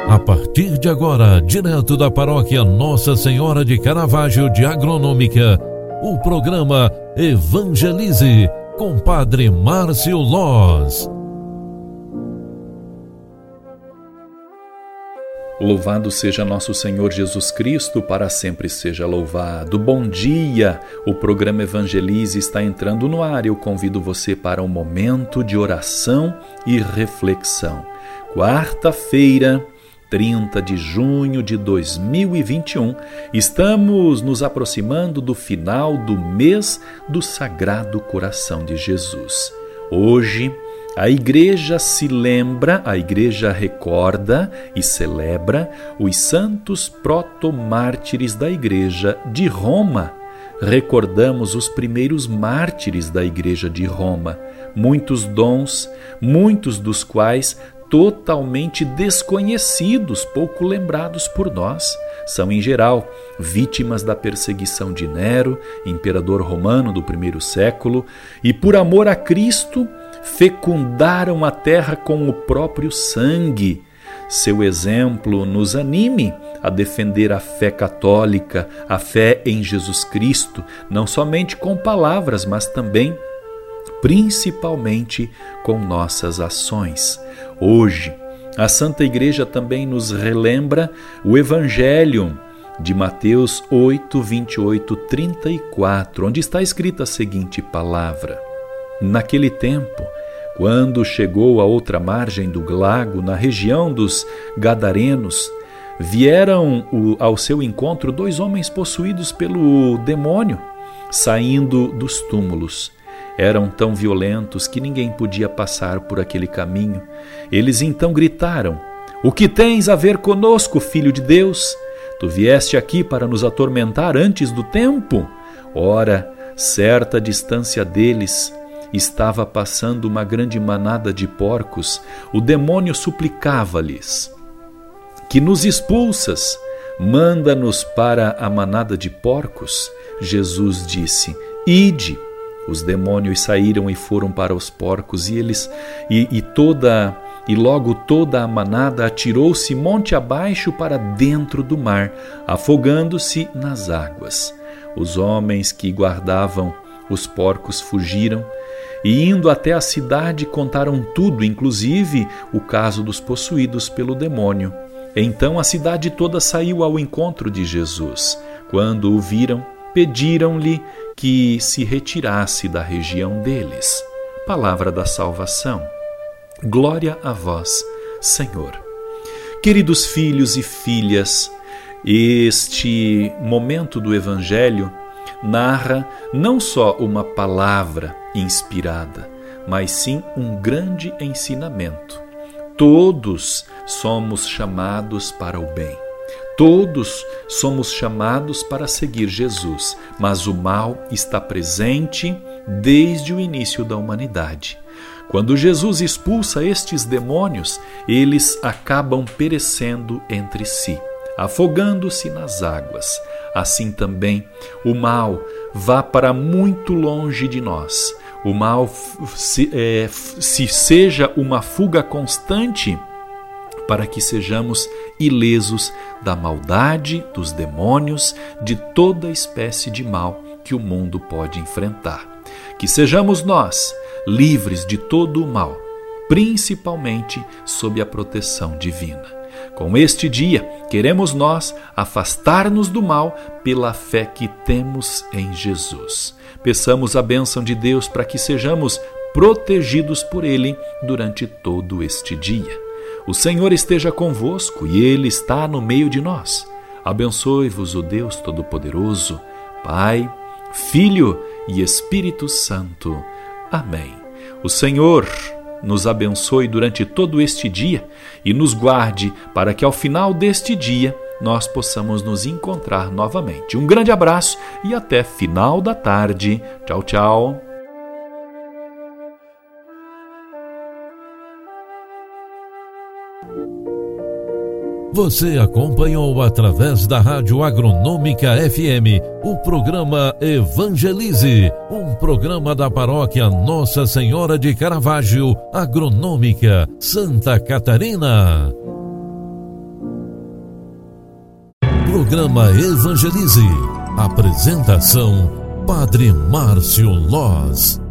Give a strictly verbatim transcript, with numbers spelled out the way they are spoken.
A partir de agora, direto da paróquia Nossa Senhora de Caravaggio de Agronômica, o programa Evangelize, com Padre Márcio Loz. Louvado seja nosso Senhor Jesus Cristo, para sempre seja louvado. Bom dia! O programa Evangelize está entrando no ar. Eu convido você para um momento de oração e reflexão. Quarta-feira, trinta de junho de dois mil e vinte e um, estamos nos aproximando do final do mês do Sagrado Coração de Jesus. Hoje, a Igreja se lembra, a Igreja recorda e celebra os santos protomártires da Igreja de Roma. Recordamos os primeiros mártires da Igreja de Roma, muitos dons, muitos dos quais totalmente desconhecidos, pouco lembrados por nós. São, em geral, vítimas da perseguição de Nero, imperador romano do primeiro século, e por amor a Cristo, fecundaram a terra com o próprio sangue. Seu exemplo nos anime a defender a fé católica, a fé em Jesus Cristo, não somente com palavras, mas também, principalmente, com nossas ações. Hoje, a Santa Igreja também nos relembra o Evangelho de Mateus oito, vinte e oito, trinta e quatro, onde está escrita a seguinte palavra: Naquele tempo, quando chegou à outra margem do lago, na região dos Gadarenos, vieram ao seu encontro dois homens possuídos pelo demônio, saindo dos túmulos. Eram tão violentos que ninguém podia passar por aquele caminho. Eles então gritaram: O que tens a ver conosco, Filho de Deus? Tu vieste aqui para nos atormentar antes do tempo? Ora, certa distância deles estava passando uma grande manada de porcos. O demônio suplicava-lhes: Que nos expulsas? Manda-nos para a manada de porcos. Jesus disse: Ide. Os demônios saíram e foram para os porcos, e eles e, e toda e logo toda a manada atirou-se monte abaixo para dentro do mar, afogando-se nas águas. Os homens que guardavam os porcos fugiram e, indo até a cidade, contaram tudo, inclusive o caso dos possuídos pelo demônio. Então a cidade toda saiu ao encontro de Jesus. Quando o viram, pediram-lhe que se retirasse da região deles. Palavra da salvação. Glória a vós, Senhor. Queridos filhos e filhas, este momento do Evangelho narra não só uma palavra inspirada, mas sim um grande ensinamento. Todos somos chamados para o bem. Todos somos chamados para seguir Jesus, mas o mal está presente desde o início da humanidade. Quando Jesus expulsa estes demônios, eles acabam perecendo entre si, afogando-se nas águas. Assim também, o mal vá para muito longe de nós. O mal, se, é, se seja uma fuga constante, para que sejamos ilesos da maldade, dos demônios, de toda espécie de mal que o mundo pode enfrentar. Que sejamos nós livres de todo o mal, principalmente sob a proteção divina. Com este dia, queremos nós afastar-nos do mal pela fé que temos em Jesus. Peçamos a bênção de Deus para que sejamos protegidos por Ele durante todo este dia. O Senhor esteja convosco e Ele está no meio de nós. Abençoe-vos o Deus Todo-Poderoso, Pai, Filho e Espírito Santo. Amém. O Senhor nos abençoe durante todo este dia e nos guarde para que ao final deste dia nós possamos nos encontrar novamente. Um grande abraço e até final da tarde. Tchau, tchau. Você acompanhou através da Rádio Agronômica F M o programa Evangelize, um programa da paróquia Nossa Senhora de Caravaggio, Agronômica, Santa Catarina. Programa Evangelize. Apresentação: Padre Márcio Loz.